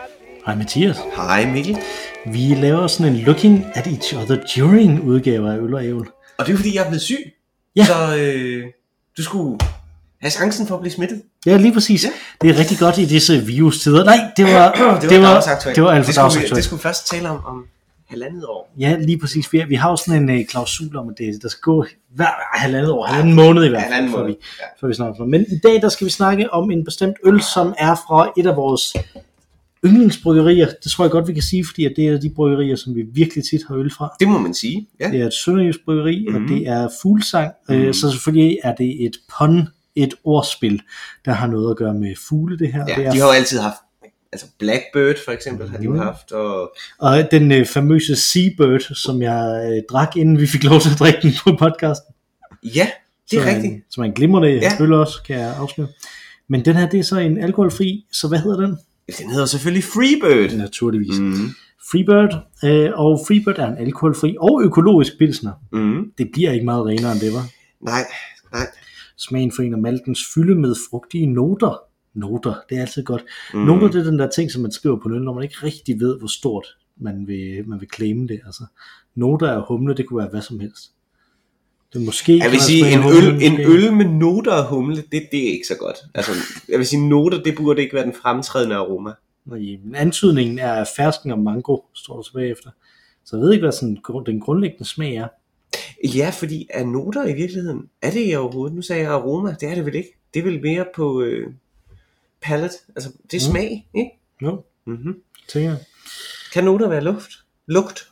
Hej Mathias. Hej Mikkel. Vi laver sådan en looking at each other during udgave af Øl og Ævl. Og det er fordi jeg er blevet syg. Ja. Så du skulle have chancen for at blive smittet. Ja, lige præcis. Ja. Det er rigtig godt i disse virustider. Nej, det var alt for dagsaktuelt. Det skulle vi først tale om halvandet år. Ja, lige præcis. Vi har jo sådan en klausul om, at der skal gå hver halvandet år, halvanden måned i hvert fald, før vi snakker om. Men i dag der skal vi snakke om en bestemt øl, som er fra et af vores yndlingsbryggerier. Det tror jeg godt, vi kan sige, fordi det er de bryggerier, som vi virkelig tit har øl fra. Det må man sige. Ja. Det er et sønderjysk bryggeri, og det er Fuglsang. Så selvfølgelig er det et pun, et ordspil, der har noget at gøre med fugle, det her. Ja, det er de har jo altid haft, altså Blackbird for eksempel, har de jo haft. Og den famøse Seabird, som jeg drak, inden vi fik lov til at drikke den på podcasten. Ja, det er rigtigt. Som er en glimrende øl også, kan jeg afsløre. Men den her, det er så en alkoholfri, så hvad hedder den? Den hedder selvfølgelig Freebird. Naturligvis. Freebird, og Freebird er en alkoholfri og økologisk pilsner. Det bliver ikke meget renere end det, var. Nej. Smagen forener maltens fylde med frugtige noter. Noter, det er altid godt. Noter, det er den der ting, som man skriver på en øl, når man ikke rigtig ved, hvor stort man vil claime det. Altså, noter af humle, det kunne være hvad som helst. Det måske jeg vil sige, en øl med noter af humle, det er ikke så godt. Altså, jeg vil sige, noter, det burde ikke være den fremtrædende aroma. Men antydningen er fersken og mango, står der så bagefter. Så jeg ved ikke, hvad sådan den grundlæggende smag er. Ja, fordi er noter i virkeligheden, er det i overhovedet? Nu sagde jeg aroma, det er det vel ikke. Det er vel mere på palate, altså det er smag, ikke? Jo, tænker jeg. Kan noter være lugt?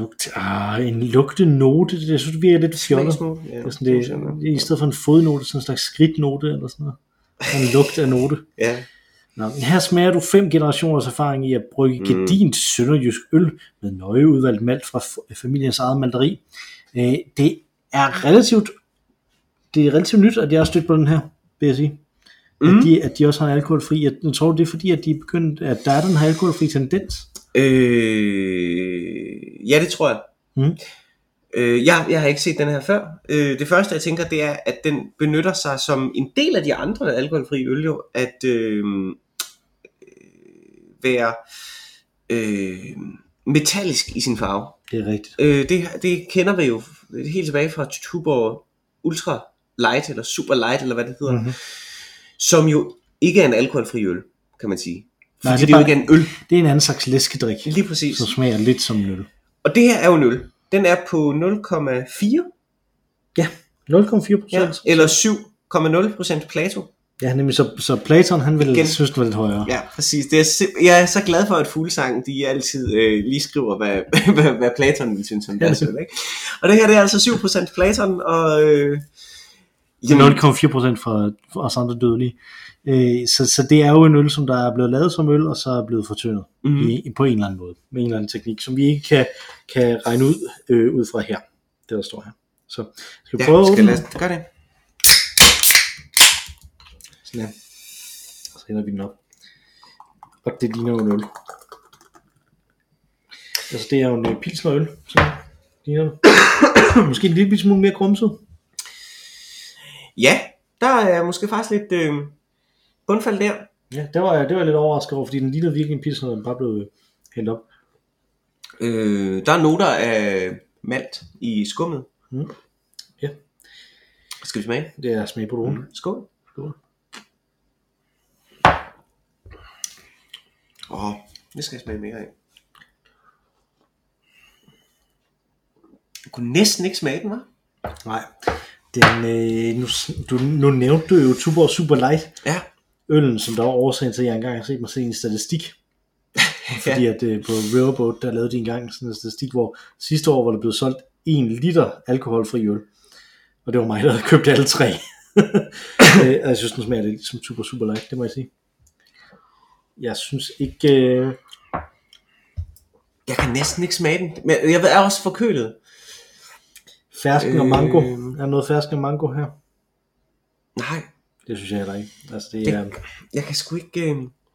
En lugtenote, det synes vi er lidt fjollet. Ja, det er i stedet for en fodnote, sådan en slags skridtnote eller sådan noget. En lugt af note. Ja. Nå, her smager du 5 generationers erfaring i at brygge gedint sønderjysk øl med nøje udvalgt malt fra familiens eget malteri. Det er relativt nyt, at jeg har stødt på den her, vil jeg sige. At de også har en alkoholfri. Jeg tror, det er fordi, at de er begyndt, at der er den her alkoholfri tendens. Ja, det tror jeg. Jeg har ikke set den her før. Det første jeg tænker, det er, at den benytter sig som en del af de andre alkoholfri øl jo, at være metallisk i sin farve. Det er rigtigt. Det kender vi jo helt tilbage fra Tuborg Ultra Light eller Super Light eller hvad det hedder, som jo ikke er en alkoholfri øl, kan man sige. Nej, det er jo ikke en øl. Det er en anden slags læskedrik. Lige præcis. Som smager lidt som en øl. Og det her er jo en øl. Den er på 0,4. Ja, 0,4%. Ja, eller 7,0% Plato. Ja, nemlig så Platon, han ville synes, det var lidt højere. Ja, præcis. Jeg er så glad for, at Fuglsang, de altid lige skriver, hvad Platon ville synes om deres øl, ikke? Og det her, det er altså 7% Platon, og 0,4% fra os andre dødelige. Så det er jo en øl, som der er blevet lavet som øl, og så er blevet fortyndet på en eller anden måde, med en eller anden teknik, som vi ikke kan regne ud fra her, det der står her. Så skal vi prøve at åbne? Gør det. Sådan her. Så hænder vi den op. Og det ligner jo en øl. Altså det er jo en pilsnerøl, så ligner det. Måske en lille smule mere grumset. Ja, der er måske faktisk lidt bundfald der. Ja, det var jeg lidt overrasket over, fordi den lignede virkelig en pilsner, den bare blev hældt op. Der er noter af malt i skummet. Ja. Skal vi smage? Det er smag på dronen. Skål. Det skal jeg smage mere af. Jeg kunne næsten ikke smage den, hva'? Nej. Nu nævnte du jo Tuborg Super Light. Ja. Øllen, som der var årsagen til, at jeg engang har set mig se en statistik. Fordi at på Riverboat, der lavede de engang sådan en statistik, hvor sidste år var der blevet solgt 1 liter alkoholfri øl. Og det var mig, der havde købt alle 3. Og jeg synes, den smager lidt som Super Light, det må jeg sige. Jeg synes ikke... Jeg kan næsten ikke smage den, men jeg er også forkølet. Fersken og mango. Er der noget fersken og mango her? Nej. Det synes jeg heller ikke. Altså, jeg kan sgu ikke...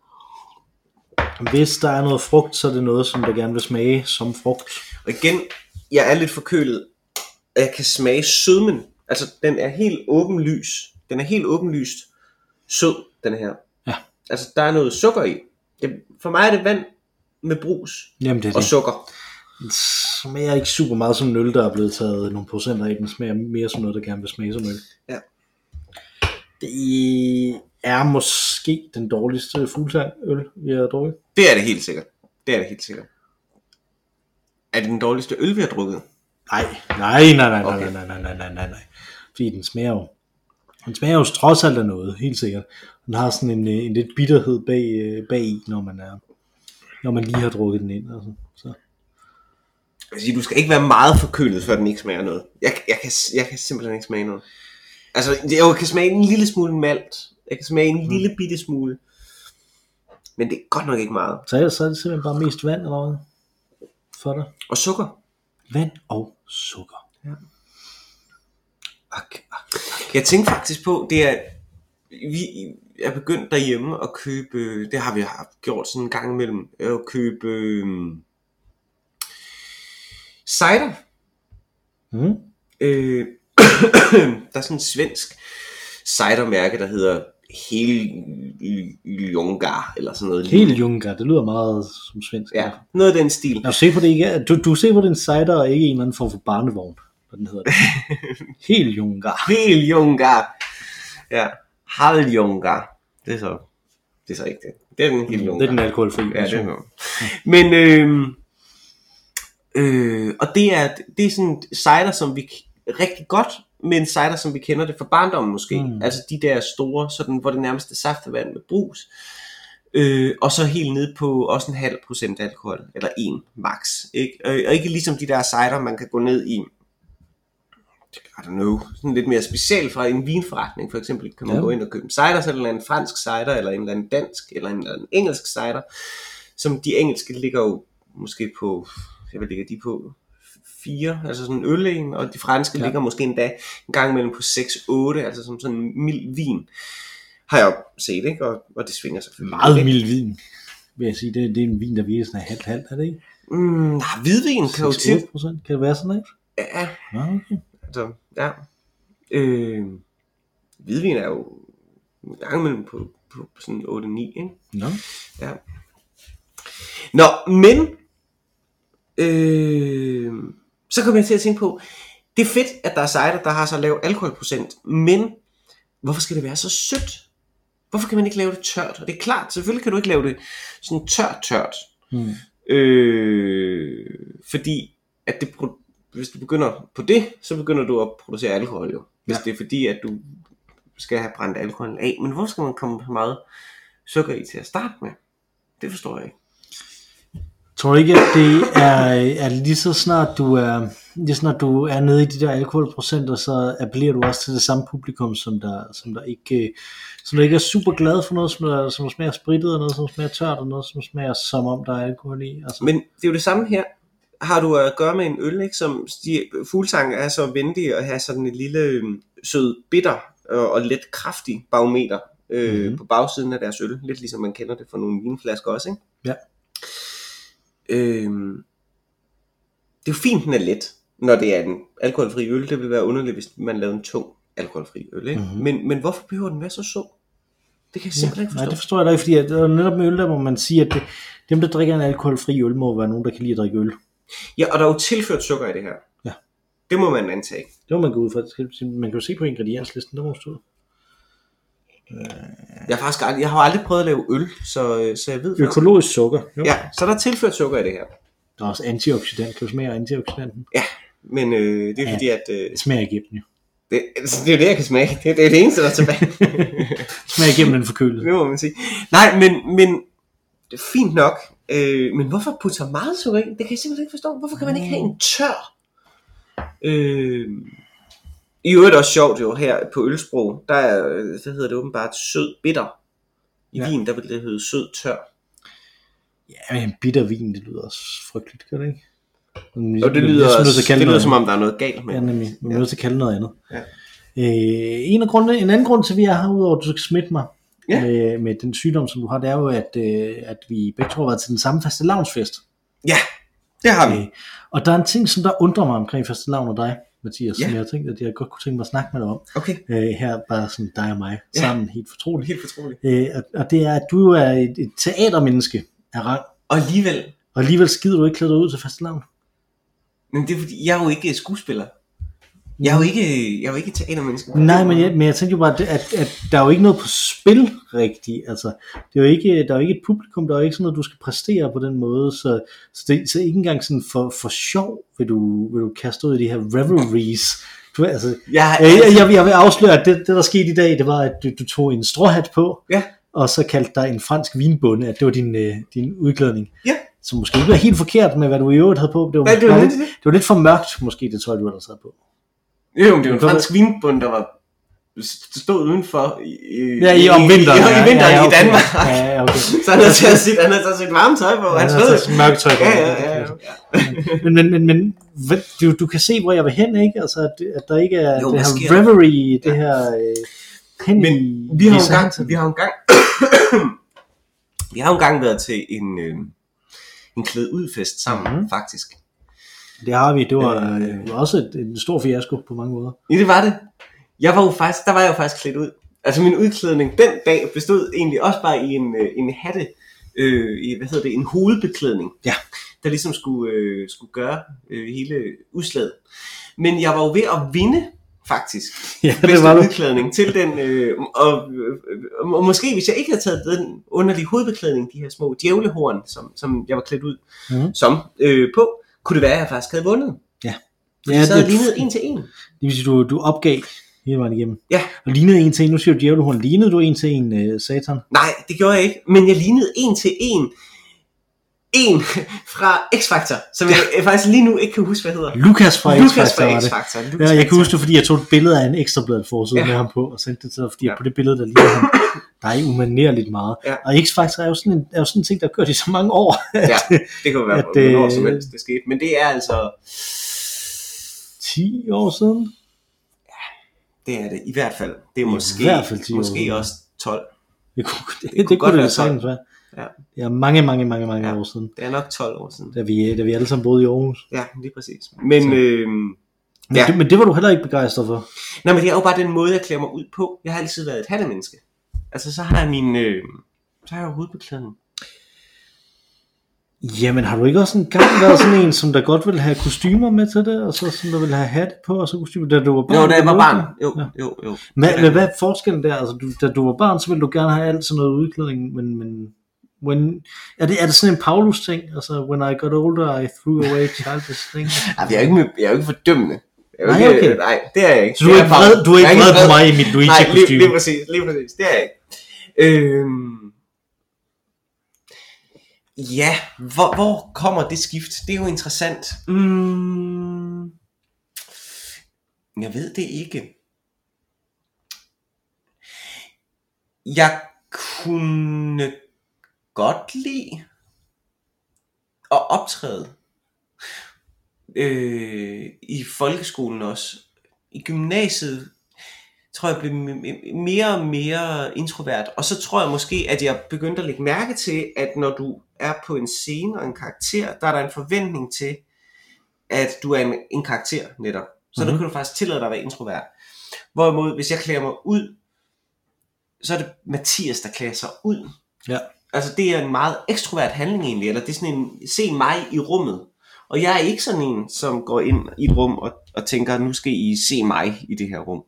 Hvis der er noget frugt, så er det noget, som der gerne vil smage som frugt. Og igen, jeg er lidt forkølet. Jeg kan smage sødmen. Altså, den er helt åbenlys. Den er helt åbenlyst sød, den her. Ja. Altså, der er noget sukker i. For mig er det vand med brus. Jamen, det er og det. Sukker. Det smager ikke super meget som en øl, der er blevet taget nogle procenter af. Den smager mere som noget, der gerne vil smage som øl. Ja. Det er måske den dårligste fuglsang-øl, vi har drukket. Det er det helt sikkert. Er det den dårligste øl, vi har drukket? Nej. Fordi den smager jo trods alt af noget, helt sikkert. Den har sådan en lidt bitterhed bag i, når man lige har drukket den ind. Altså. Så. Jeg vil sige, du skal ikke være meget forkølet, før den ikke smager noget. Jeg kan simpelthen ikke smage noget. Altså, jeg kan smage en lille smule malt. Jeg kan smage en lille bitte smule. Men det er godt nok ikke meget. Så er det simpelthen bare mest vand eller hvad? For dig? Og sukker. Vand og sukker. Ja. Okay. Jeg tænkte faktisk på, det er, vi er begyndt derhjemme at købe, det har vi gjort sådan en gang imellem, at købe cider. Der er sådan en svensk cidermærke, der hedder Heljunga eller sådan noget. Heljunga, det lyder meget som svensk. Ja, noget af den stil. Jeg ser på det ikke. Du ser på den cider og ikke en eller anden form for barnevogn, hvad den hedder det. Heljunga. Ja, Heljunga. Det er så ikke det. Det er den Heljunga. Det er den alkoholfri. Ja, det er noget. Men og det er sådan cider, som vi rigtig godt, men cider, som vi kender det fra barndommen måske. Altså de der store, sådan, hvor det nærmest er saftevand med brus. Og så helt ned på også 0,5% alkohol, eller 1 max. Ikke? Og ikke ligesom de der cider, man kan gå ned i, I don't know, sådan lidt mere specielt fra en vinforretning. For eksempel kan man gå ind og købe en cider, så eller en fransk cider, eller en eller anden dansk, eller en eller anden engelsk cider. Som de engelske ligger jo måske på, hvad ligger de på? 4, altså sådan en øl, og de franske ligger måske endda en gang imellem på 6-8, altså som sådan en mild vin, har jeg jo set, ikke? Og det svinger selvfølgelig. Meget mild vin, vil jeg sige. Det er en vin, der virker sådan halvt, er det ikke? Hvidvin kan jo til. 6-8%, kan det være sådan noget? Ja. Okay. Altså, ja. Hvidvin er jo en gang imellem på sådan 8-9, ikke? Nå. Ja. Nå, men så kommer jeg til at tænke på, det er fedt, at der er cider, der har så lav alkoholprocent, men hvorfor skal det være så sødt? Hvorfor kan man ikke lave det tørt? Og det er klart, selvfølgelig kan du ikke lave det sådan tørt. Fordi at hvis du begynder på det, så begynder du at producere alkohol jo. Hvis det er fordi, at du skal have brændt alkoholen af. Men hvorfor skal man komme så meget sukker i til at starte med? Det forstår jeg ikke. Tror du ikke, at det er lige så snart du er nede i de der alkoholprocenter, så appellerer du også til det samme publikum, som der ikke er super glad for noget, som smager sprittet, og noget, som smager tørt, og noget, som smager som om der er alkohol i. Altså. Men det er jo det samme her. Har du at gøre med en øl, ikke, som Fuglsang er så venlig at have sådan en lille sød bitter og let kraftig barometer på bagsiden af deres øl, lidt ligesom man kender det fra nogle vinflasker også, ikke? Ja. Det er jo fint, den er let, når det er en alkoholfri øl. Det ville være underligt, hvis man lavede en tung alkoholfri øl, ikke? Men hvorfor behøver den være så sød? Det kan jeg simpelthen ikke forstå. Nej, det forstår jeg da ikke, fordi at netop med øl, der må man sige, at dem, der drikker en alkoholfri øl, må være nogen, der kan lide at drikke øl. Ja, og der er jo tilført sukker i det her. Ja. Det må man antage. Det må man gå ud fra. Man kan jo se på ingredienslisten, der må stå. Jeg har aldrig prøvet at lave øl, så jeg ved. Økologisk sukker. Jo. Ja, så der er tilført sukker i det her. Der er også antioxidant. Kan du smage antioxidanten? Ja, men det er fordi, at det smager igennem jo. Det er jo det, jeg kan smage. Det er det eneste, der er tilbage. Smager igennem den forkølelse. Det må man sige. Nej, men det er fint nok. Men hvorfor putte så meget sukker i? Det kan jeg simpelthen ikke forstå. Hvorfor kan man ikke have en tør? I øvrigt også sjovt jo, her på ølsprog, der er, så hedder det åbenbart sød bitter. I vin, der vil det hedde sød tør. Ja, men bitter vin, det lyder også frygteligt, kan det ikke? Og det lyder som om der er noget galt med. Ja, nemlig. Man er nødt til at kalde noget andet. Ja. En anden grund til, at vi er her, udover at du skal smitte mig med den sygdom, som du har, det er jo, at vi begge to har været til den samme fastelavnsfest. Ja, det har vi. Og der er en ting, som der undrer mig omkring fastelavn og dig, Mathias, som jeg tænkte, at jeg godt kunne tænke mig at snakke med dig om. Okay. Her bare sådan dig og mig, sammen helt fortroligt. Helt fortroligt. Og det er, at du er et teatermenneske af rang. Og alligevel skider du ikke klæde dig ud til fastelavn. Men det er fordi, jeg er jo ikke skuespiller. Jeg er jo ikke teatermenneske. Nej, men jeg tænkte jo bare, at der er jo ikke noget på spil rigtigt. Altså, det er jo ikke, der er jo ikke et publikum, der er jo ikke sådan noget, du skal præstere på den måde. Så ikke engang sådan for sjov vil du kaste ud i de her revelries. Jeg vil afsløre, at det der skete i dag, det var, at du tog en stråhat på, og så kaldte dig en fransk vinbonde, at det var din udklædning. Ja. Som måske ikke var helt forkert med, hvad du i øvrigt havde på. Det var lidt for mørkt, måske, det tøj, du ellers havde på. Jo, det var en fransk vinbund, der var stod udenfor om vinteren, i vinteren i Danmark. Ja, okay. Så han havde taget sit varme tøj på. Han havde taget mørke tøj på. Ja. Men du kan se, hvor jeg vil hen, ikke? Altså, at der ikke er det her reverie, det her men vi har jo engang været til en klæd ud fest sammen, faktisk. Det har vi. Det var også en stor fiasko på mange måder. Ja, det var det. Der var jeg jo faktisk klædt ud. Altså min udklædning den dag bestod egentlig også bare i en hatte, en hovedbeklædning, der ligesom skulle gøre hele udslaget. Men jeg var jo ved at vinde faktisk det var udklædning til den, og måske hvis jeg ikke havde taget den underlige hovedbeklædning, de her små djævlehorn, som jeg var klædt ud som på, kunne det være, at jeg faktisk havde vundet. Ja. Så havde lignet en til en. Det vil sige, du opgav hele vejen igennem. Ja. Og lignede en til en, nu siger du djævlehorn, lignede du en til en satan? Nej, det gjorde jeg ikke, men jeg lignede en til en fra X-Factor, som jeg faktisk lige nu ikke kan huske, hvad hedder. Lukas fra X-Factor. Ja, jeg kan huske det, fordi jeg tog et billede af en ekstrabladet forside med ham på, og sendte det til dig, fordi på det billede, der ligner ham, der er umanerligt meget. Ja. Og X-Factor er jo sådan en ting, der har kørt i så mange år. Det kan være, hvornår som helst det skete, men det er altså 10 år siden? Ja, det er det i hvert fald. Det er måske også 12. Det kunne godt være sagtens være. Ja, mange år siden. Det er nok 12 år siden. Da vi alle sammen boede i Aarhus. Ja, lige præcis. Men det var du heller ikke begejstret for. Nej, men det er jo bare den måde, jeg klæder mig ud på. Jeg har altid været et hattemenneske. Altså, så har jeg hovedbeklædning. Jamen, har du ikke også engang været sådan en, som der godt ville have kostymer med til det, og så som der ville have hat på, og så kostymer, da du var barn? Jo, da jeg var barn. Jo. Men hvad er forskellen der? Altså, da du var barn, så ville du gerne have alt sådan noget udklædning, men er det sådan en Paulus-ting? Altså, when I got older, I threw away childish things? Jeg er jo ikke fordømmende. Nej, okay. Nej, det er jeg ikke. Så du er ikke vred på mig i mit Luigi-kostyme? Nej, lige præcis. Det er jeg ikke. Ja, hvor kommer det skift? Det er jo interessant. Jeg ved det ikke. Jeg kunne godt lide at optræde i folkeskolen også. I gymnasiet tror jeg blev mere og mere introvert, og så tror jeg måske, at jeg begyndte at lægge mærke til, at når du er på en scene og en karakter, der er der en forventning til, at du er en karakter netop. Så der kan du faktisk tillade dig at være introvert. Hvorimod, hvis jeg klæder mig ud, så er det Mathias, der klæder sig ud. Ja. Altså det er en meget ekstrovert handling egentlig, eller det er sådan en, se mig i rummet. Og jeg er ikke sådan en, som går ind i et rum og tænker, nu skal I se mig i det her rum.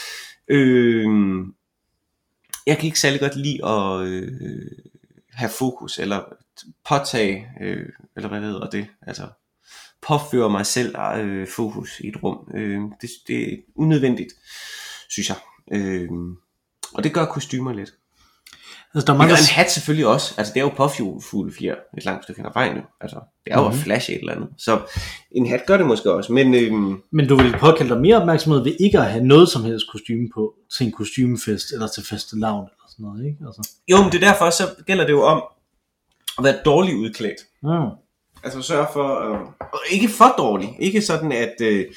Jeg kan ikke særlig godt lide at have fokus, eller påtage, eller hvad hedder det, altså påføre mig selv fokus i et rum. Det er unødvendigt, synes jeg. Og det gør kostymer lidt. Altså, der er mange... en hat selvfølgelig også. Altså, det er jo påfuglefjer et langt stykke hen ad vejen. Altså, det er jo at flashe et eller andet. Så en hat gør det måske også. Men du vil påkalde dig mere opmærksomhed ved ikke at have noget som helst kostyme på til en kostymefest eller til fastelavn eller sådan noget, ikke? Altså. Jo, men det er derfor, så gælder det jo om at være dårligt udklædt. Altså sørge for ikke for dårlig. Ikke sådan at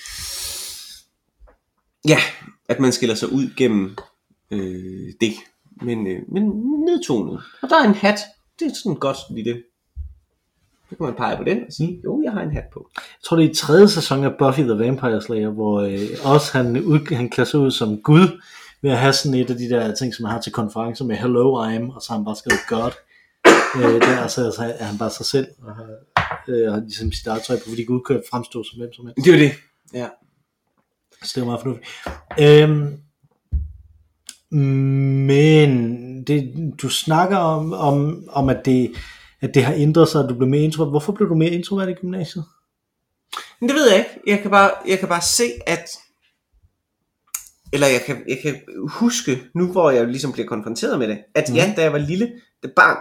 at man skiller sig ud gennem det. Men nedtonet. Og der er en hat. Det er sådan godt lige det. Så kan man pege på den og sige, jo, jeg har en hat på. Jeg tror, det er i 3. sæson af Buffy the Vampire Slayer, hvor også han klæder sig ud som Gud, ved at have sådan et af de der ting, som han har til konferencer med Hello, I'm, og så har han bare skrevet God. Der, så er han bare sig selv, og har ligesom sit eget tøj på, fordi Gud kan fremstå som hvem som helst. Det er det, ja. Så det er meget fornuftigt. Men du snakker om at det har ændret sig, at du blev mere introvert. Hvorfor blev du mere introvert i gymnasiet? Men det ved jeg ikke. Jeg kan bare se, at... Eller jeg kan huske, nu hvor jeg ligesom bliver konfronteret med det, at ja, da jeg var lille, det barn,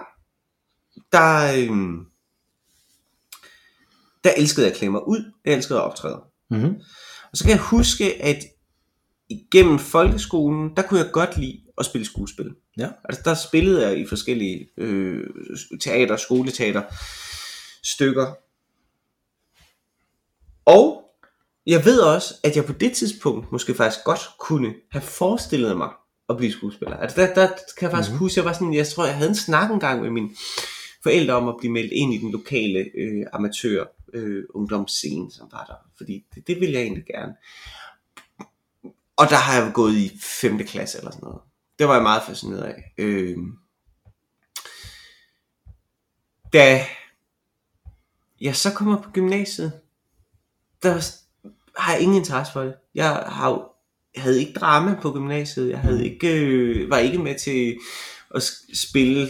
der elskede jeg at klæde mig ud, jeg elskede at optræde. Mm-hmm. Og så kan jeg huske, at igennem folkeskolen, der kunne jeg godt lide at spille skuespil. Ja. Altså der spillede jeg i forskellige teater, skoleteater, stykker. Og jeg ved også, at jeg på det tidspunkt måske faktisk godt kunne have forestillet mig at blive skuespiller. Altså der kan jeg faktisk huske, jeg tror jeg havde en snak engang med mine forældre om at blive meldt ind i den lokale amatør ungdomsscene, som var der. Fordi det ville jeg egentlig gerne. Og der har jeg gået i 5. klasse eller sådan noget. Det var jeg meget fascineret af. Da jeg så kommer på gymnasiet, der har jeg ingen interesse for det. Jeg havde ikke drama på gymnasiet. Jeg havde ikke, var ikke med til at spille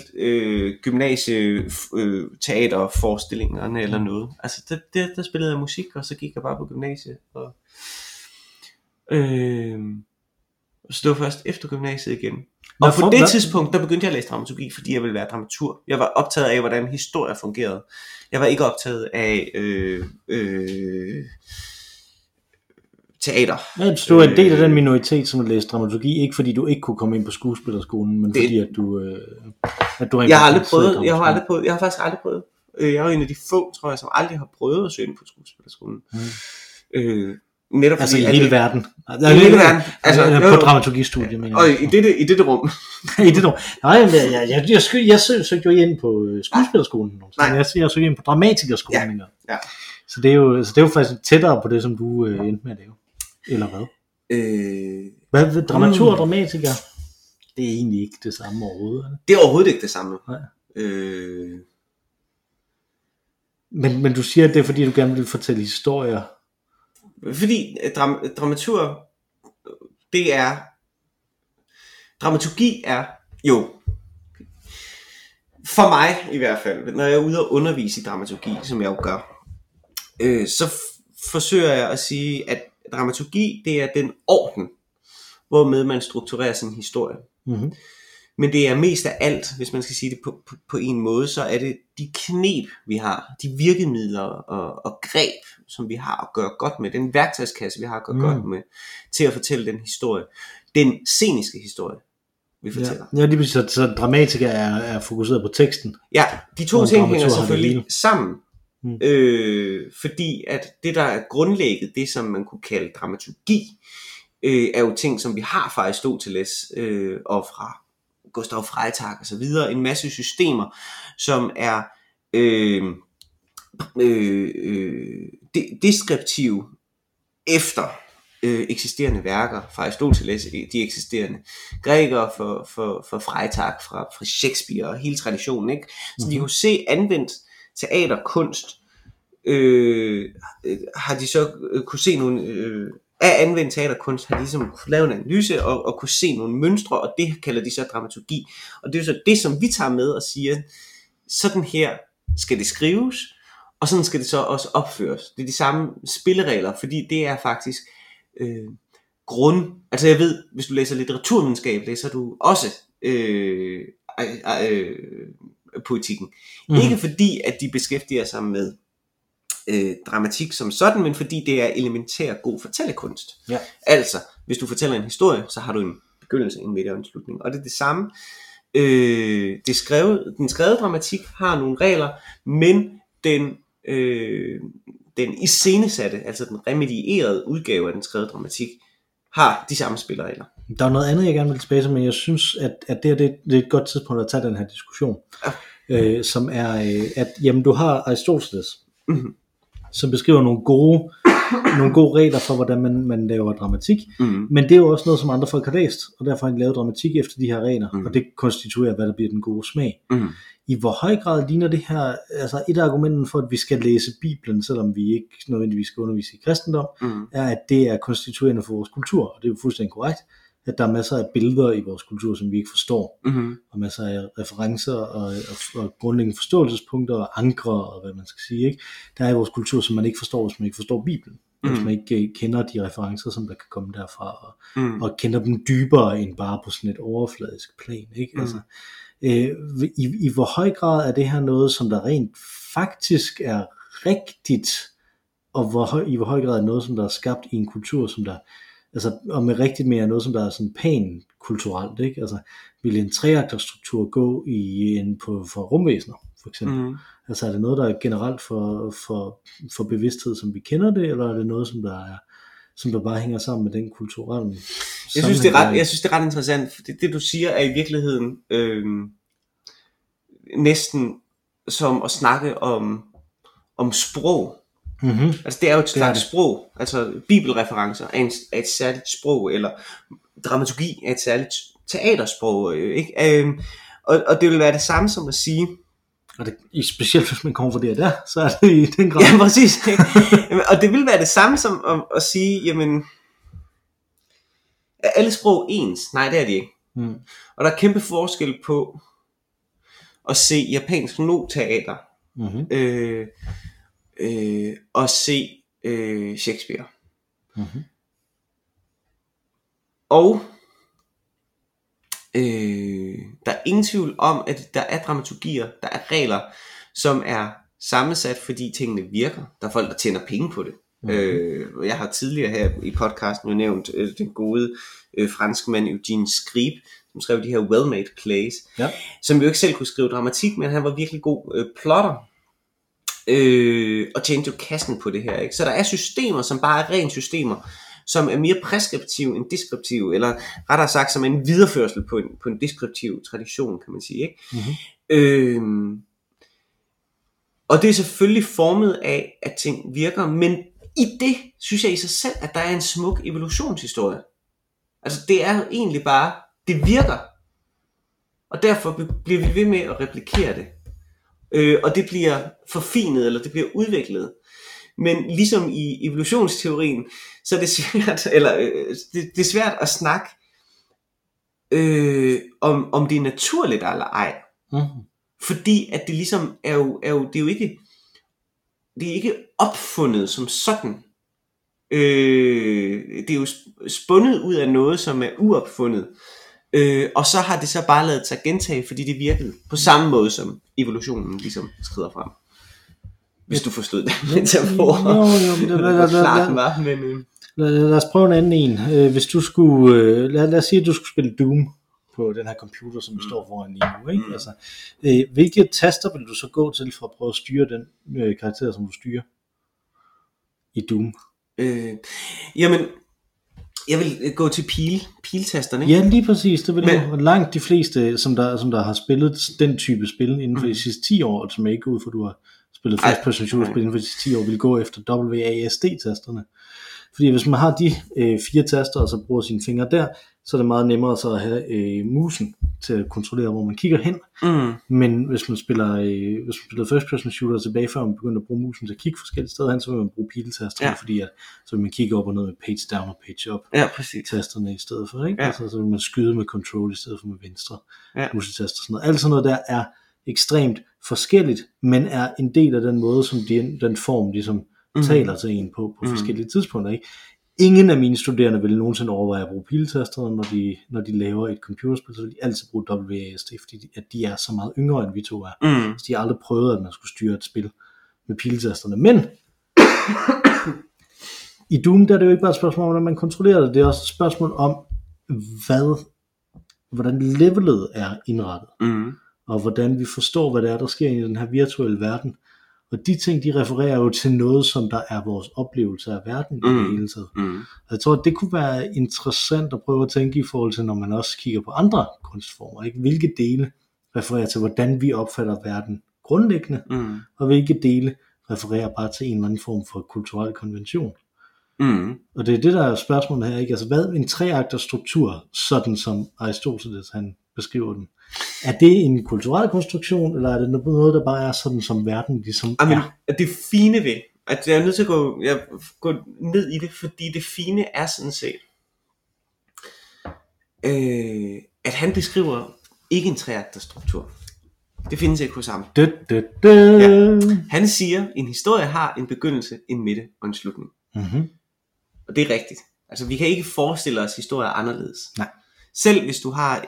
gymnasieteaterforestillingerne eller noget. Altså der spillede jeg musik, og så gik jeg bare på gymnasiet. Så det var først efter gymnasiet igen. Og på det tidspunkt, der begyndte jeg at læse dramaturgi, fordi jeg ville være dramaturg. Jeg var optaget af, hvordan historie fungerede. Jeg var ikke optaget af teater. Ja, så du er en del af den minoritet, som læste dramaturgi, ikke fordi du ikke kunne komme ind på skuespillerskolen, men fordi at du jeg har faktisk aldrig prøvet. Jeg er en af de få, tror jeg, som aldrig har prøvet at søge ind på skuespillerskolen. Netop altså fordi, i hele verden. I hele verden. Altså på dramaturgistudiet, mener jeg. Og i dette rum. I dette rum. Nej, jeg søgte jo ind på skuespillerskolen. Jeg søgte ind på dramatikerskolen. Ja. Så det er jo faktisk tættere på det, som du endte med at lave. Eller hvad? Hvad dramatur og dramatiker? Det er egentlig ikke det samme overhovedet. Eller? Det er overhovedet ikke det samme. Nej. Men du siger, at det er fordi, du gerne vil fortælle historier. Fordi dramaturgi er jo, for mig i hvert fald, når jeg er ude og undervise i dramaturgi, som jeg jo gør, så forsøger jeg at sige, at dramaturgi, det er den orden, hvormed man strukturerer sin historie. Mm-hmm. Men det er mest af alt, hvis man skal sige det på en måde, så er det de knep, vi har, de virkemidler og greb, som vi har at gøre godt med, den værktøjskasse, vi har at gøre godt med, til at fortælle den historie. Den sceniske historie, vi fortæller. Ja, det betyder, så dramatiker er fokuseret på teksten. Ja, de to ting hænger selvfølgelig sammen. Fordi at det, der er grundlægget, det som man kunne kalde dramaturgi, er jo ting, som vi har fra Aristoteles og fra Gustav Freytag og så videre, en masse systemer, som er deskriptive efter eksisterende værker fra Aristoteles, de eksisterende grækere for Freytag, fra Shakespeare og hele traditionen, ikke? Så de kunne se anvendt teaterkunst, har de så kunne se nogle af anvendt teaterkunst, har de ligesom lavet en analyse og kunne se nogle mønstre, og det kalder de så dramaturgi. Og det er jo så det, som vi tager med og siger, sådan her skal det skrives, og sådan skal det så også opføres. Det er de samme spilleregler, fordi det er faktisk altså jeg ved, hvis du læser litteraturvidenskab, læser du også poetikken. Ikke fordi, at de beskæftiger sig med dramatik som sådan, men fordi det er elementær god fortællekunst. Ja. Altså, hvis du fortæller en historie, så har du en begyndelse, en midt og en slutning. Og det er det samme. Den skrevet dramatik har nogle regler, men den iscenesatte, altså den remedierede udgave af den skrevet dramatik, har de samme spilleregler. Der er noget andet, jeg gerne vil tilbage til, men jeg synes, at det er et godt tidspunkt at tage den her diskussion. Ja. som er, at jamen, du har Aristoteles, Mhm. som beskriver nogle gode regler for, hvordan man laver dramatik, Mhm. men det er jo også noget, som andre folk har læst, og derfor har de lavet dramatik efter de her regler, og det konstituerer, hvad der bliver den gode smag. I hvor høj grad ligner det her, altså et af argumenten for, at vi skal læse Bibelen, selvom vi ikke nødvendigvis skal undervise i kristendom, er, at det er konstituerende for vores kultur, og det er jo fuldstændig korrekt, at der er masser af billeder i vores kultur, som vi ikke forstår, og masser af referencer og grundlæggende forståelsespunkter og ankre, og hvad man skal sige, ikke? Der er i vores kultur, som man ikke forstår, hvis man ikke forstår Bibelen, hvis man ikke kender de referencer, som der kan komme derfra, og kender dem dybere end bare på sådan et overfladisk plan, ikke? Altså, i hvor høj grad er det her noget, som der rent faktisk er rigtigt, og i hvor høj grad er noget, som der er skabt i en kultur, som der, altså, og med rigtigt mere noget, som der er sådan pan kulturelt, ikke? Altså, vil en treakterstruktur gå for rumvæsener, for eksempel? Altså, er det noget, der er generelt for bevidsthed, som vi kender det, eller er det noget, som der bare hænger sammen med den kulturelle? Jeg synes, det er ret interessant, for det du siger er i virkeligheden næsten som at snakke om sprog. Altså det er jo et slags sprog, altså bibelreferencer er et særligt sprog, eller dramaturgi er et særligt teatersprog, ikke? Og det vil være det samme som at sige, og det, specielt hvis man kommer fra det der, så er det i den grad. Ja, præcis. Og det vil være det samme som at sige, jamen, er alle sprog ens? Nej, det er de ikke. Og der er kæmpe forskel på at se japansk no-teater og se Shakespeare. Og der er ingen tvivl om, at der er dramaturgier, der er regler, som er sammensat, fordi tingene virker. Der er folk, der tjener penge på det. Jeg har tidligere her i podcasten jo nævnt den gode franskmand Eugene Scribe, som skrev de her well-made plays, som jo ikke selv kunne skrive dramatik, men han var virkelig god plotter, og tjente jo kassen på det her, ikke? Så der er systemer, som bare er rent systemer, som er mere preskriptive end deskriptive, eller rettere sagt som en videreførsel på en deskriptiv tradition, kan man sige, ikke? Og det er selvfølgelig formet af, at ting virker, men i det synes jeg i sig selv, at der er en smuk evolutionshistorie. Altså det er jo egentlig bare, det virker, og derfor bliver vi ved med at replikere det, og det bliver forfinet, eller det bliver udviklet. Men ligesom i evolutionsteorien, så er det svært, det er svært at snakke om det er naturligt eller ej. Fordi at det ligesom er jo ikke opfundet som sådan. Det er jo spundet ud af noget, som er uopfundet. Og så har det så bare ladet sig gentage, fordi det virkede på samme måde, som evolutionen ligesom skrider frem. Hvis du forstod det, mens jeg lad os prøve en anden en. Hvis du skulle, lad os sige, at du skulle spille Doom på den her computer, som vi står foran lige nu, ikke? Altså, hvilke taster vil du så gå til for at prøve at styre den karakter, som du styrer i Doom? Jamen, jeg vil gå til piltasterne. Ja, lige præcis. Det vil jo langt de fleste, som der har spillet den type spil inden for de sidste 10 år, som jeg ikke ud for, du har spillet first person shooter spil inden for de sidste 10 år, vil gå efter WASD-tasterne. Fordi hvis man har de 4 taster, og så bruger sine fingre der, så er det meget nemmere så at have musen til at kontrollere, hvor man kigger hen. Men hvis man spiller first person shooter tilbage, før man begynder at bruge musen til at kigge forskellige steder hen, så vil man bruge piltasterne, fordi at, så vil man kigge op og ned med page down og page up tasterne i stedet for, ikke? Altså, så vil man skyde med control i stedet for med venstre musetaster. Sådan noget. Alt sådan noget der er ekstremt forskelligt, men er en del af den måde, som den form ligesom taler til en på forskellige tidspunkter, ikke? Ingen af mine studerende ville nogensinde overveje at bruge piltasterne, når de laver et computerspil, så vil de altid bruge WASD, fordi at de er så meget yngre, end vi to er. Så de har aldrig prøvet, at man skulle styre et spil med piltasterne. Men i Doom, der er det jo ikke bare et spørgsmål om, hvordan man kontrollerer det, det er også et spørgsmål om, hvordan levelet er indrettet, og hvordan vi forstår, hvad det er, der sker i den her virtuelle verden. Og de ting, de refererer jo til noget, som der er vores oplevelse af verden i det hele taget. Og jeg tror, at det kunne være interessant at prøve at tænke i forhold til, når man også kigger på andre kunstformer, ikke? Hvilke dele refererer til, hvordan vi opfatter verden grundlæggende, og hvilke dele refererer bare til en eller anden form for kulturel konvention. Og det er det, der er spørgsmålet her, ikke? Altså, hvad en treakters struktur, sådan som Aristoteles han beskriver den, er det en kulturel konstruktion, eller er det noget, der bare er sådan, som verden ligesom er? Det fine ved, at jeg er nødt til at gå ned i det, fordi det fine er sådan set, at han beskriver ikke en treakters struktur. Det findes ikke hos ham. Ja. Han siger, at en historie har en begyndelse, en midte og en slutning. Og det er rigtigt. Altså, vi kan ikke forestille os historier anderledes. Nej. Selv hvis du har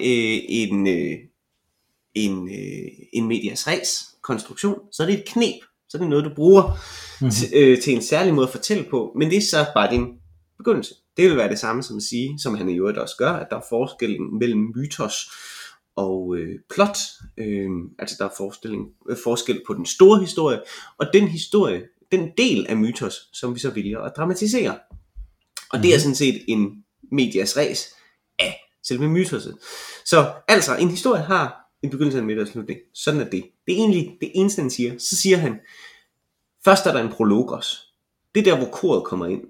en medias res konstruktion, så er det et knep. Så er det noget, du bruger til en særlig måde at fortælle på. Men det er så bare din begyndelse. Det vil være det samme som at sige, som han i øvrigt også gør, at der er forskel mellem mytos og plot. Altså der er forskel på den store historie, og den historie, den del af mytos, som vi så vælger at dramatisere. Og det er sådan set en medias res af selve mytoset. Så altså, en historie har en begyndelse, en midte og en slutning. Sådan er det. Det er egentlig det eneste, han siger. Så siger han, først er der en prologos. Det er der, hvor koret kommer ind.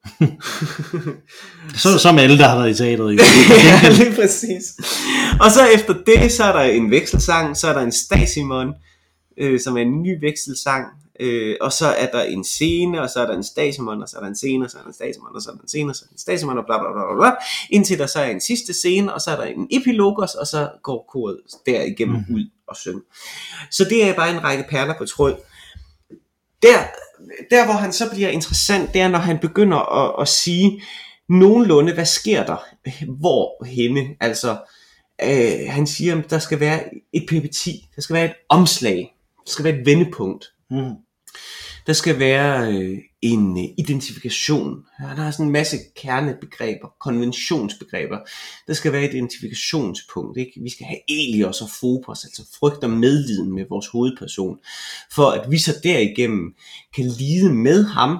Så som alle, der har været i teateret. Ja, lige præcis. Og så efter det, så er der en vekselsang, så er der en stasimon, som er en ny vekselsang, og så er der en scene, og så er der en stasimon, og så er der en scene, og så er der en stasimon, og så er der en scene, og så er der en stasimon, og bla bla bla bla, indtil der så er en sidste scene, og så er der en epilogos, og så går koret derigennem ud og synger. Så det er bare en række perler på tråd. Der hvor han så bliver interessant, det er når han begynder at sige nogenlunde, hvad sker der, hvor henne, altså han siger, at der skal være et peripeti, der skal være et omslag, der skal være et vendepunkt, der skal være en identifikation. Han har sådan en masse kernebegreber, konventionsbegreber. Der skal være et identifikationspunkt, ikke? Vi skal have Elios og Phobos, altså frygt og medliden med vores hovedperson, for at vi så derigennem kan lide med ham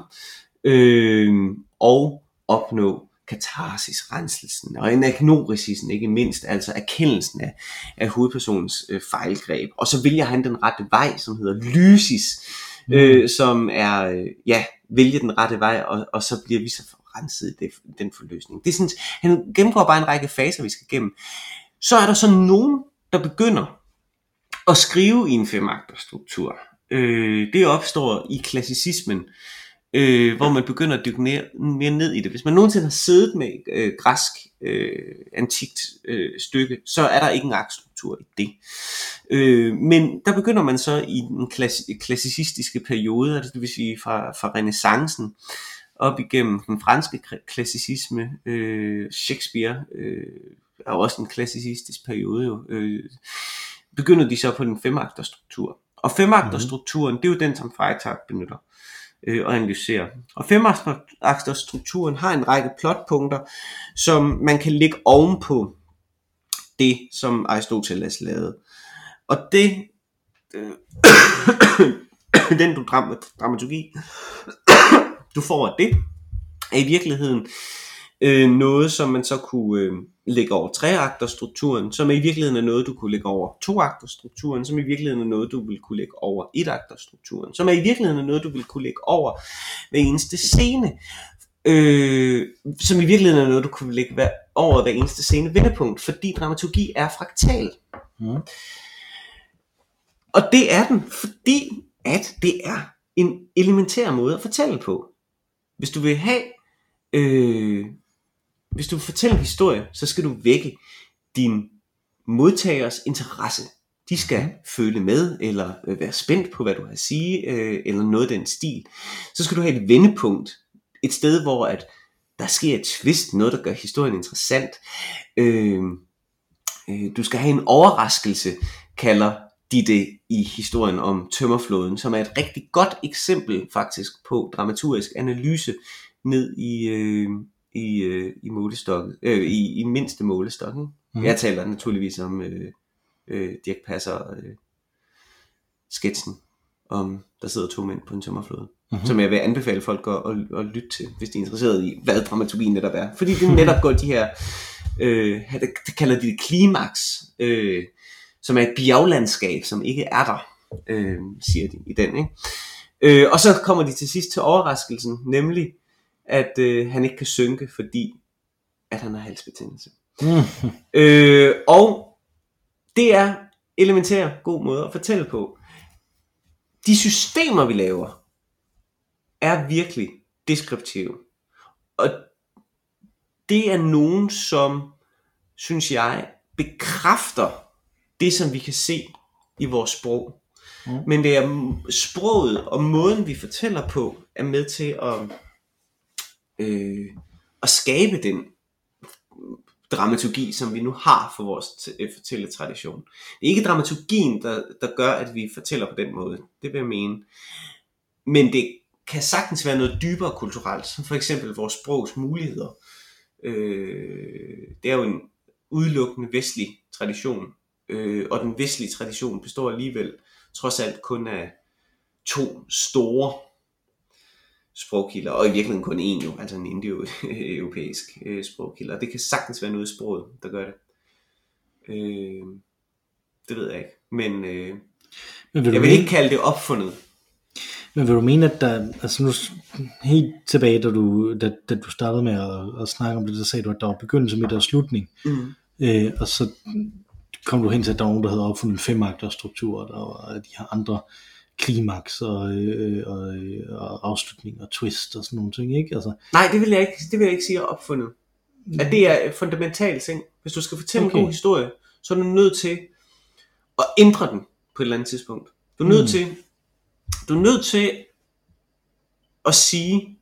og opnå katarsis, renselsen og anagnorisisen, ikke mindst, altså erkendelsen af hovedpersonens fejlgreb. Og så vælger han den rette vej, som hedder lysis, som er, vælge den rette vej, og så bliver vi så renset i den forløsning. Det er sådan, han gennemgår bare en række faser, vi skal igennem. Så er der så nogen, der begynder at skrive i en femagterstruktur. Det opstår i klassicismen, hvor man begynder at dykke mere ned i det. Hvis man nogensinde har siddet med græsk antikt stykke, så er der ikke en aktstruktur i det. Men der begynder man så i den klassicistiske periode, altså det vil sige fra renæssancen op igennem den franske klassicisme. Shakespeare er også en klassicistisk periode jo. Begynder de så på den femagterstruktur. Og femagterstrukturen, det er jo den, som Freytag benytter og analysere. Og femakterstrukturen har en række plotpunkter, som man kan lægge ovenpå det, som Aristoteles lavede. Og det den dramaturgi du får af det, er i virkeligheden noget, som man så kunne lægge over treakterstrukturen, som i virkeligheden er noget, du kunne lægge over toakterstrukturen, som i virkeligheden er noget, du vil kunne lægge over etakterstrukturen, som i virkeligheden er noget, du vil kunne lægge over hver eneste scene, som i virkeligheden er noget, du kunne lægge over hver eneste scene vendepunkt, fordi dramaturgi er fraktal. Og det er den, fordi at det er en elementær måde at fortælle på. Hvis du vil have hvis du vil fortælle en historie, så skal du vække din modtagers interesse. De skal føle med, eller være spændt på, hvad du har at sige, eller noget af den stil. Så skal du have et vendepunkt. Et sted, hvor at der sker et twist, noget der gør historien interessant. Du skal have en overraskelse, kalder de det i historien om tømmerflåden, som er et rigtig godt eksempel faktisk på dramaturgisk analyse ned i målestokken, i mindste målestokken. Jeg taler naturligvis om Dirch Passer sketchen om der sidder to mænd på en tømmerflåde, som jeg vil anbefale folk at lytte til, hvis de er interesserede i hvad dramaturgien netop er, fordi det netop går de her det kalder de det klimaks, som er et bjerglandskab, som ikke er der, siger de i den, ikke? Og så kommer de til sidst til overraskelsen, nemlig at han ikke kan synke, fordi at han har halsbetændelse. Og det er elementær god måde at fortælle på. De systemer, vi laver, er virkelig deskriptive. Og det er nogen, som, synes jeg, bekræfter det, som vi kan se i vores sprog. Men det er sproget og måden, vi fortæller på, er med til at skabe den dramaturgi, som vi nu har for vores fortælletradition. Det er ikke dramaturgien, der gør, at vi fortæller på den måde. Det vil jeg mene. Men det kan sagtens være noget dybere kulturelt, som for eksempel vores sprogs muligheder. Det er jo en udelukkende vestlig tradition, og den vestlige tradition består alligevel trods alt kun af 2 store sprogkilder, og i virkeligheden kun én jo, altså en indoeuropæisk sprogkilder. Det kan sagtens være noget i sproget, der gør det. Det ved jeg ikke, men jeg vil ikke kalde det opfundet. Men vil du mene, at der, altså nu helt tilbage, da du startede med at snakke om det, der sagde du, at der var begyndelse, midt og slutning, og så kom du hen til, at der var nogen, der havde opfundet 5-akters struktur, der var de her andre klimaks og afslutning og twist og sådan nogle ting, ikke? Altså... Nej, det vil jeg ikke sige er opfundet. At det er fundamentalt ting. Hvis du skal fortælle en god historie, så er du nødt til at ændre den på et eller andet tidspunkt. Du er nødt til at sige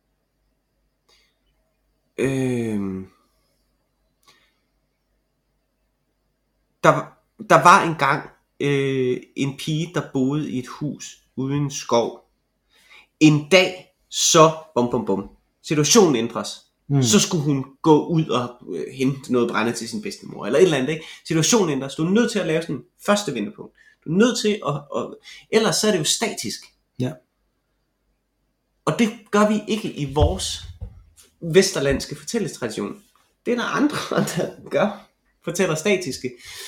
der var engang en pige, der boede i et hus uden skov. En dag så situationen ændres. Så skulle hun gå ud og hente noget brænde til sin bedstemor eller et eller andet, ikke? Situationen ændres. Du er nødt til at lave sådan en første vendepunkt. Du er nødt til at ellers så er det jo statisk. Ja. Og det gør vi ikke i vores vesterlandske fortællestradition. Det er der andre, der gør. Fortæller statiske.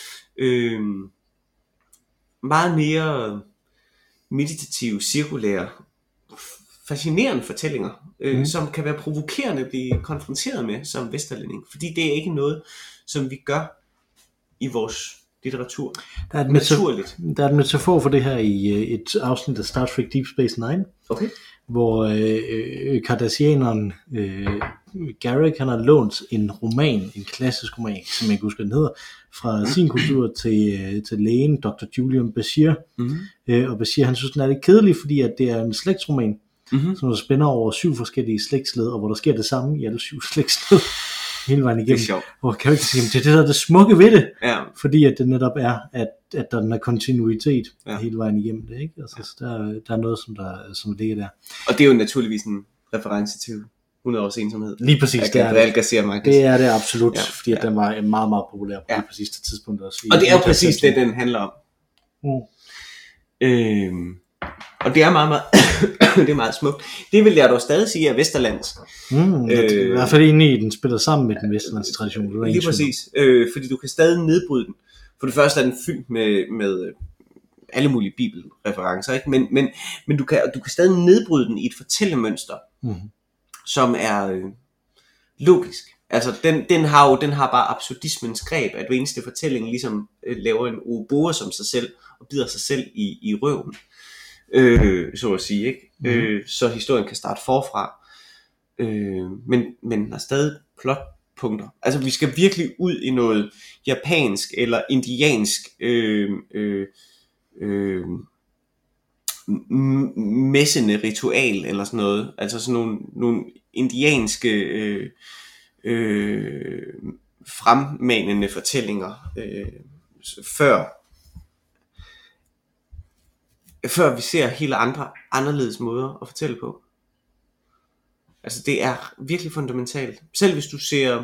Meget mere meditative, cirkulære, fascinerende fortællinger, som kan være provokerende at blive konfronteret med som vesterlænding. Fordi det er ikke noget, som vi gør i vores litteratur. Der er et metafor for det her i et afsnit af Star Trek Deep Space Nine, hvor Cardassianeren Garak, han har lånt en roman, en klassisk roman, som jeg ikke husker den hedder, fra sin kultur til lægen, Dr. Julian Bashir. Og Bashir, han synes, den er lidt kedelig, fordi at det er en slægtsroman, som spænder over 7 forskellige slægtsled, og hvor der sker det samme i alle 7 slægtsled hele vejen igennem. Det er sjovt. Og kan du ikke sige, det er det, der er det smukke ved det, fordi at det netop er, at der er den her kontinuitet hele vejen igennem det, ikke? Altså, der er noget, som ligger der. Og det er jo naturligvis en reference til 100 års ensomhed. Lige præcis, det er det. Det er det absolut, fordi at den var meget, meget populær på det præcis tidspunkt også. Og det er jo præcis det, den handler om. Og det er meget, meget det er meget smukt. Det vil jeg dog stadig sige er vesterlands. I hvert fald inde i den spiller sammen med den vesterlandske tradition. Lige præcis, fordi du kan stadig nedbryde den. For det første er den fyldt med alle mulige bibelreferencer, ikke? Men du kan stadig nedbryde den i et fortællemønster, som er logisk. Altså den har bare absurdismens greb, at hver eneste fortælling ligesom laver en oboe som sig selv og bider sig selv i røven. Så at sige, ikke? Så historien kan starte forfra, men har stadig plotpunkter. Altså vi skal virkelig ud i noget japansk eller indiansk messende ritual eller sådan noget. Altså sådan nogle indianske fremmanende fortællinger før vi ser helt anderledes måder at fortælle på. Altså det er virkelig fundamentalt. Selv hvis du ser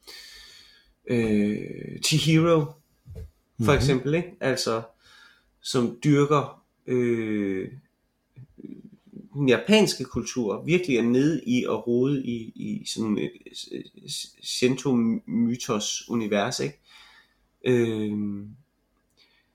Chihiro for eksempel, ikke? Altså som dyrker den japanske kultur, virkelig er nede i at rode i sådan et Shinto mythos univers, ikke?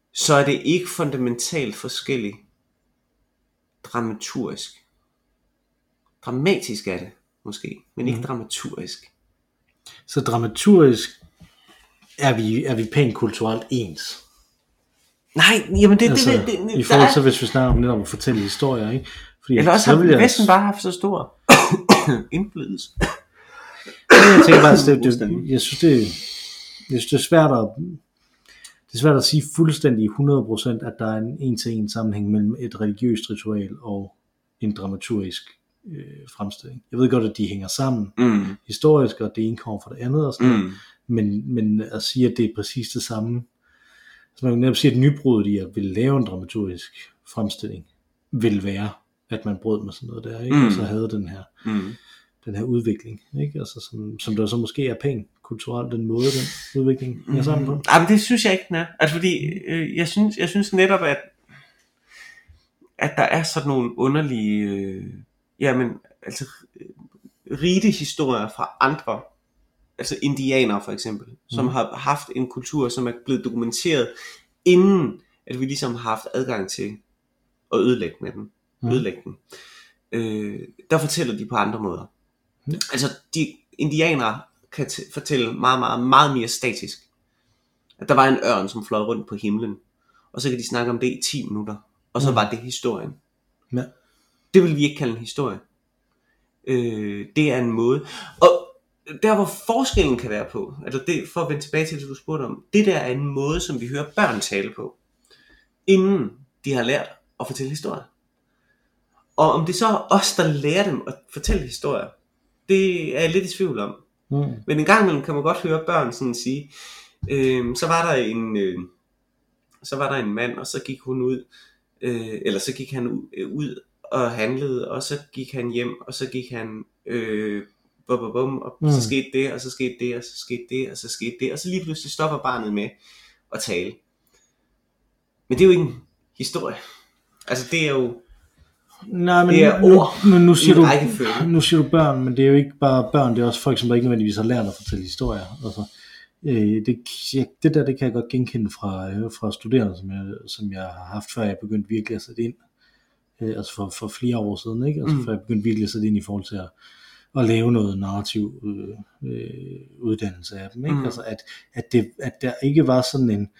så er det ikke fundamentalt forskelligt dramaturgisk. Dramatisk er det måske, men ikke dramaturgisk. Så dramaturgisk er vi pænt kulturelt ens. Nej, jamen det, altså, det i forhold til, hvis vi snakker om netop at fortælle historier, ikke? Fordi eller også har Vesten bare haft så stor indflydelse. Jeg tænker bare, jeg synes det er svært at sige fuldstændig 100%, at der er en en-til-en sammenhæng mellem et religiøst ritual og en dramaturgisk fremstilling. Jeg ved godt, at de hænger sammen historisk, og det ene kommer fra det andet og sådan men at sige, at det er præcis det samme. Så man kan netop sige, at nybruddet i at ville lave en dramaturgisk fremstilling vil være, at man brød med sådan noget der, ikke? Og så havde den her udvikling, ikke? Altså, som der så måske er pænt kulturelt, den måde, den udvikling hænger sammen på. Jamen, det synes jeg ikke, den er. Altså, fordi jeg synes netop, at der er sådan nogle underlige, rite historier fra andre, altså indianere for eksempel, som har haft en kultur, som er blevet dokumenteret, inden at vi ligesom har haft adgang til at ødelægge den. Der fortæller de på andre måder. Altså, de indianere kan fortælle meget, meget, meget mere statisk. At der var en ørn, som fløj rundt på himlen, og så kan de snakke om det i 10 minutter, og så var det historien. Ja. Det vil vi ikke kalde en historie. Det er en måde. Og der hvor forskellen kan være på, altså det, for at vende tilbage til det du spurgte om, det der er en måde som vi hører børn tale på, inden de har lært at fortælle historier. Og om det så er os der lærer dem at fortælle historier, det er jeg lidt i tvivl om. Men en gang imellem kan man godt høre børn sådan sige, så var der en mand, og så gik hun ud, eller så gik han ud og handlede, og så gik han hjem, og så gik han og så skete det, og så skete det, og så skete det, og så skete det, og så lige pludselig stopper barnet med at tale. Men det er jo ikke en historie. Altså det er jo det er ord. Nu siger du børn, men det er jo ikke bare børn, det er også folk, som der ikke nødvendigvis har lært at fortælle historier. Altså, det der, det kan jeg godt genkende fra studerende, som jeg har haft, før jeg begyndte virkelig at sætte ind. Altså for flere år siden, ikke? Altså før jeg begyndte virkelig at sætte ind i forhold til at lave noget narrativ uddannelse af dem, ikke? Altså at der ikke var sådan en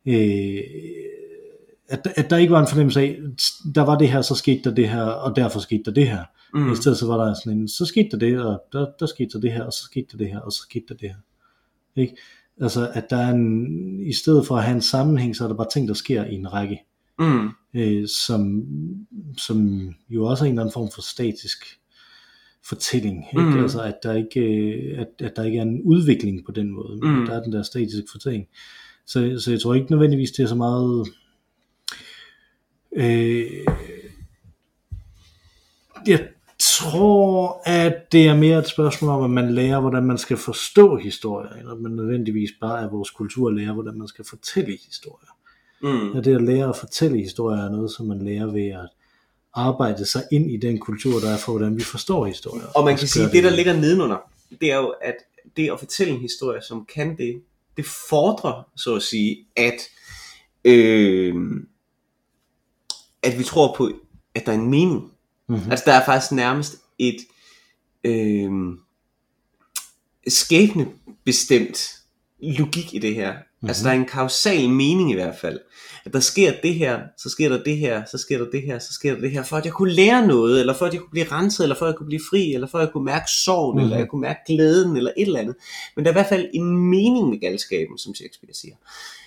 at der ikke var en fornemmelse af, der var det her, så skete der det her, og derfor skete der det her. I stedet så var der sådan en, så skete der det, og der skete der det her, og så skete der det her, og så skete der det her. Ikke? Altså at der er i stedet for at have en sammenhæng, så er der bare ting, der sker i en række. Som jo også er en eller anden form for statisk fortælling, ikke? Altså at der ikke er en udvikling på den måde, men der er den der statiske fortælling. Så jeg tror ikke nødvendigvis det er så meget jeg tror at det er mere et spørgsmål om at man lærer hvordan man skal forstå historier, eller man nødvendigvis bare er vores kultur lærer hvordan man skal fortælle historier. Og det at lære at fortælle historier er noget som man lærer ved at arbejde sig ind i den kultur der er for hvordan vi forstår historier. Og man kan sige det der ligger nedenunder, det er jo at det at fortælle en historie som kan det fordrer så at sige at vi tror på at der er en mening. Altså der er faktisk nærmest et skæbnebestemt logik i det her. Altså der er en kausal mening i hvert fald. At der sker det her, så sker der det her, så sker der det her, så sker der det her, for at jeg kunne lære noget, eller for at jeg kunne blive renset, eller for at jeg kunne blive fri, eller for at jeg kunne mærke sorgen, eller jeg kunne mærke glæden, eller et eller andet. Men der er i hvert fald en mening med galskaben, som Shakespeare siger.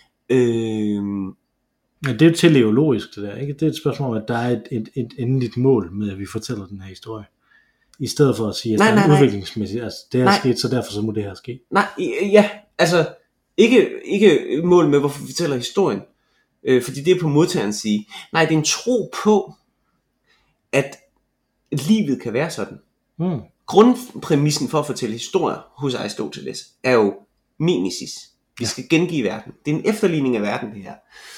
Ja, det er jo teleologisk det der, ikke? Det er et spørgsmål om, at der er et endeligt mål med, at vi fortæller den her historie. I stedet for at sige, at der er en udviklingsmæssigt, altså det er sket, så derfor så må det her ske. Nej, ja, altså ikke mål med, hvorfor vi fortæller historien. Fordi det er på modtagerens side. Nej, det er en tro på, at livet kan være sådan. Grundpræmissen for at fortælle historier hos Aristoteles er jo mimesis. Vi skal gengive verden. Det er en efterligning af verden, det her.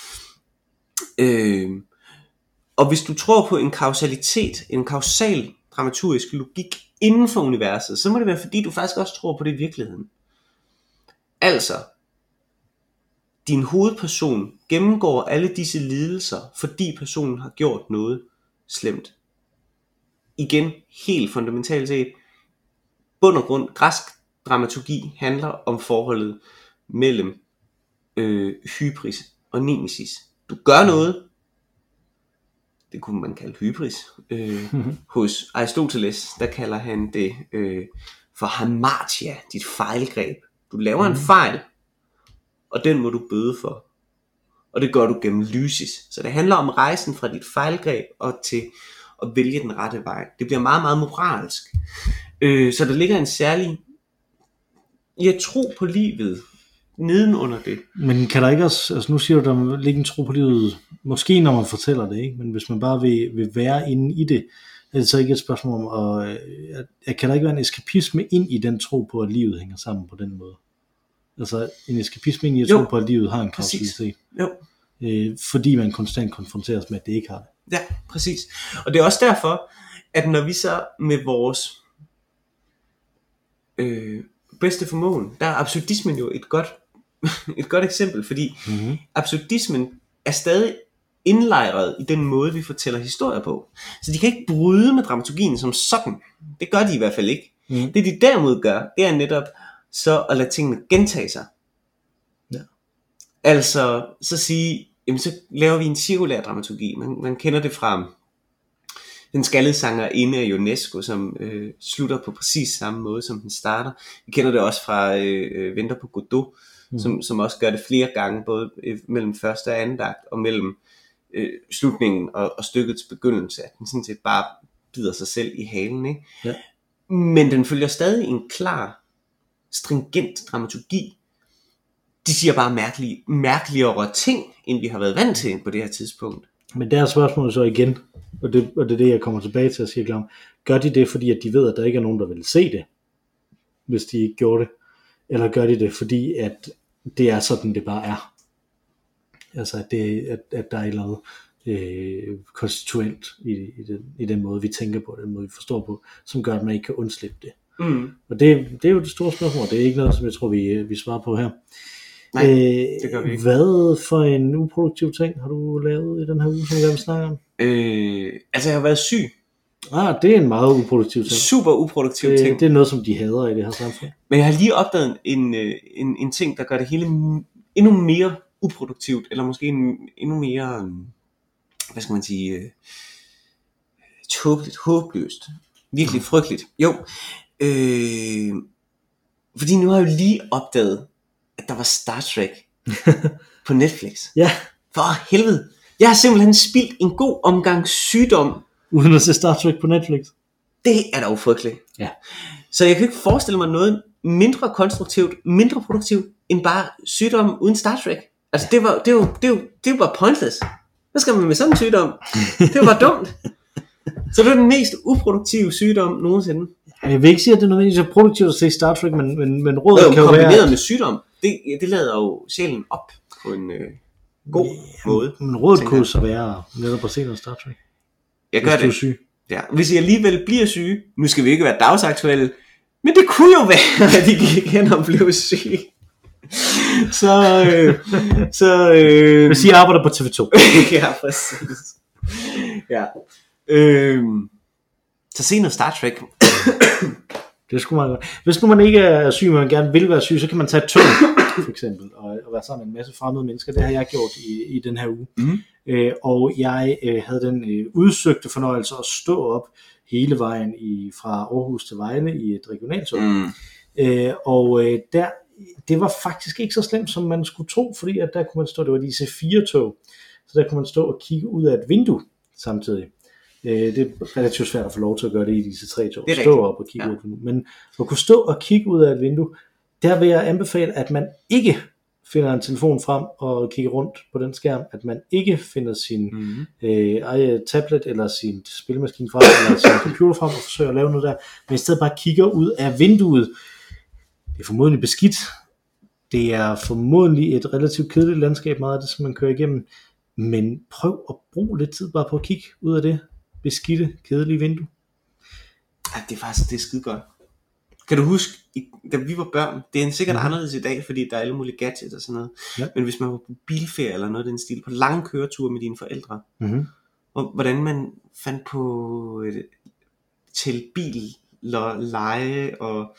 Og hvis du tror på en kausalitet, en kausal dramaturgisk logik inden for universet, så må det være fordi du faktisk også tror på det i virkeligheden. Altså din hovedperson gennemgår alle disse lidelser, fordi personen har gjort noget slemt. Igen, helt fundamentalt set, bund og grund, græsk dramaturgi handler om forholdet mellem hybris og nemesis. Du gør noget, det kunne man kalde hybris. Hos Aristoteles, der kalder han det for hamartia, dit fejlgreb. Du laver en fejl, og den må du bøde for. Og det gør du gennem lysis. Så det handler om rejsen fra dit fejlgreb og til at vælge den rette vej. Det bliver meget, meget moralsk. Så der ligger en særlig tro på livet nedenunder det. Men kan der ikke også, altså nu siger du, der ligger en tro på livet, måske når man fortæller det, ikke? Men hvis man bare vil være inde i det, er det så ikke et spørgsmål om, kan der ikke være en eskapisme ind i den tro på, at livet hænger sammen på den måde? Altså en eskapisme ind i at tro på, at livet har en kausalitet. Jo. Fordi man konstant konfronteres med, at det ikke har det. Ja, præcis. Og det er også derfor, at når vi så med vores bedste formåen, der er absurdismen jo et godt eksempel, fordi absurdismen er stadig indlejret i den måde, vi fortæller historier på. Så de kan ikke bryde med dramaturgien som sådan. Det gør de i hvert fald ikke. Det de derimod gør, det er netop så at lade tingene gentage sig. Ja. Altså så sige, jamen så laver vi en cirkulær dramaturgi. Man kender det fra den skaldede sangerinde af UNESCO, som slutter på præcis samme måde, som den starter. Vi kender det også fra Venter på Godot, som også gør det flere gange, både mellem første og anden akt, og mellem slutningen og stykkets begyndelse, at den sådan set bare bider sig selv i halen. Ikke? Ja. Men den følger stadig en klar, stringent dramaturgi. De siger bare mærkeligere ting, end vi har været vant til på det her tidspunkt. Men der er spørgsmålet så igen, og det er det, jeg kommer tilbage til at sige om. Gør de det, fordi at de ved, at der ikke er nogen, der vil se det, hvis de ikke gjorde det? Eller gør de det, fordi at det er sådan, det bare er? Altså, at der er et eller andet konstituent i den måde, vi tænker på, den måde, vi forstår på, som gør, at man ikke kan undslippe det. Og det er jo det store spørgsmål. Det er ikke noget, som jeg tror, vi svarer på her. Nej, det gør vi ikke. Hvad for en uproduktiv ting har du lavet i den her uge, som jeg vil snakke om? Altså, jeg har været syg. Det er en meget uproduktiv ting. Super uproduktiv ting. Det er noget, som de hader i det her samfund. Men jeg har lige opdaget en ting, der gør det hele endnu mere uproduktivt, eller måske endnu mere, hvad skal man sige, tåbeligt, håbløst. Virkelig frygteligt. Jo, fordi nu har jeg jo lige opdaget, at der var Star Trek på Netflix. Ja. For helvede. Jeg har simpelthen spildt en god omgang sygdom. Uden at se Star Trek på Netflix. Det er da frygteligt. Ja. Så jeg kan ikke forestille mig noget mindre konstruktivt, mindre produktivt, end bare sygdom uden Star Trek. Altså det var pointless. Hvad skal man med sådan en sygdom? Det var bare dumt. Så det er den mest uproduktive sygdom nogensinde. Jeg vil ikke sige, at det er nødvendigvis produktivt at se Star Trek, men rådet kan jo være... kombineret med sygdom, det lader jo sjælen op på en god måde. Men rådet kunne så være netop at se noget Star Trek. Jeg gør det. Hvis du er syg. Ja, hvis I alligevel bliver syge, nu skal vi ikke være dagsaktuelle, men det kunne jo være, at I gik hen og blev syge. Hvis I arbejder på TV2. Ja, præcis. Ja. Så se noget Star Trek. Det skulle man gøre. Hvis nu man ikke er syg, men man gerne vil være syg, så kan man tage et tog, for eksempel, og være sammen med en masse fremmede mennesker. Det har jeg gjort i den her uge. Og jeg havde den udsøgte fornøjelse at stå op hele vejen fra Aarhus til Vejle i et regionaltog. Og det var faktisk ikke så slemt, som man skulle tro, fordi at der kunne man stå, det var et IC4-tog, så der kunne man stå og kigge ud af et vindue samtidig. Det er relativt svært at få lov til at gøre det i disse 3 tog. Stå op og kigge ud af et vindue. Men at kunne stå og kigge ud af et vindue, der vil jeg anbefale, at man ikke finder en telefon frem og kigger rundt på den skærm, at man ikke finder sin tablet eller sin spilmaskine frem, eller sin computer frem og forsøger at lave noget der, men i stedet bare kigger ud af vinduet. Det er formodentlig beskidt. Det er formodentlig et relativt kedeligt landskab, meget af det, som man kører igennem. Men prøv at bruge lidt tid bare på at kigge ud af det beskidte, kedelige vindue. Ja, det er faktisk skide godt. Kan du huske, da vi var børn, det er sikkert anderledes i dag, fordi der er alle mulige gadgets og sådan noget, men hvis man var på bilferie eller noget af den stil, på lange køreture med dine forældre, og hvordan man fandt på til bil, lege og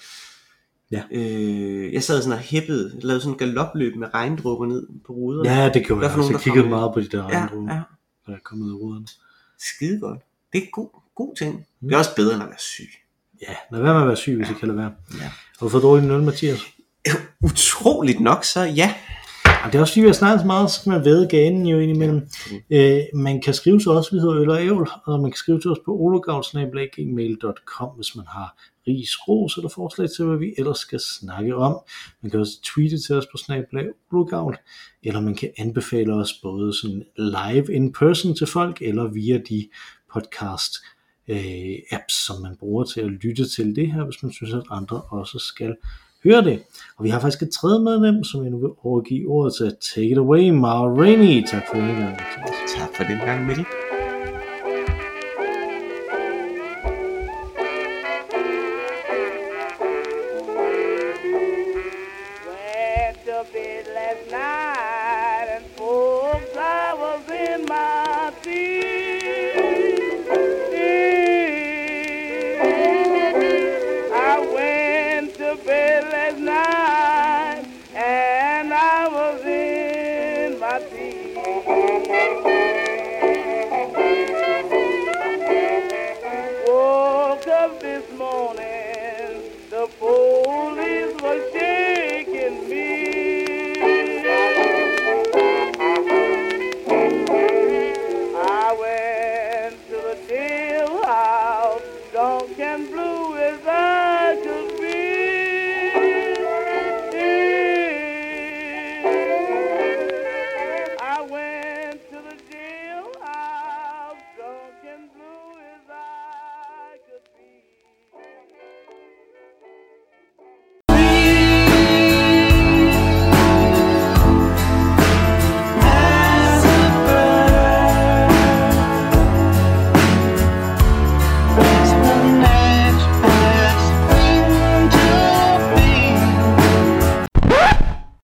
jeg sad sådan og hæppede, lavede sådan en galopløb med regndrupper ned på ruderne. Ja, det gjorde jeg også. Jeg kiggede meget på de der regndrupper, der kom ud af ruderne. Skide godt. Det er god ting. Det er også bedre end at være syg. Ja, lad være med at være syg, hvis I kan lade være. Ja. Har du fået drukket en øl, Mathias? Utroligt nok, så ja. Og det er også fordi, vi har snakket så meget, så kan man væde ganen jo indimellem. Man kan skrive til os, vi hedder Øl og Ævl, og man kan skrive til os på ologavl@gmail.com, hvis man har ris, ros eller forslag til, hvad vi ellers skal snakke om. Man kan også tweete til os på @ologavl, eller man kan anbefale os både sådan live in person til folk, eller via de podcast apps, som man bruger til at lytte til det her, hvis man synes, at andre også skal høre det. Og vi har faktisk et tredje medlem, som jeg nu vil overgive ordet til. Take it away, Ma Rainey. Tak for den gang. Tak for den gang, Mikkel. Woke up this morning.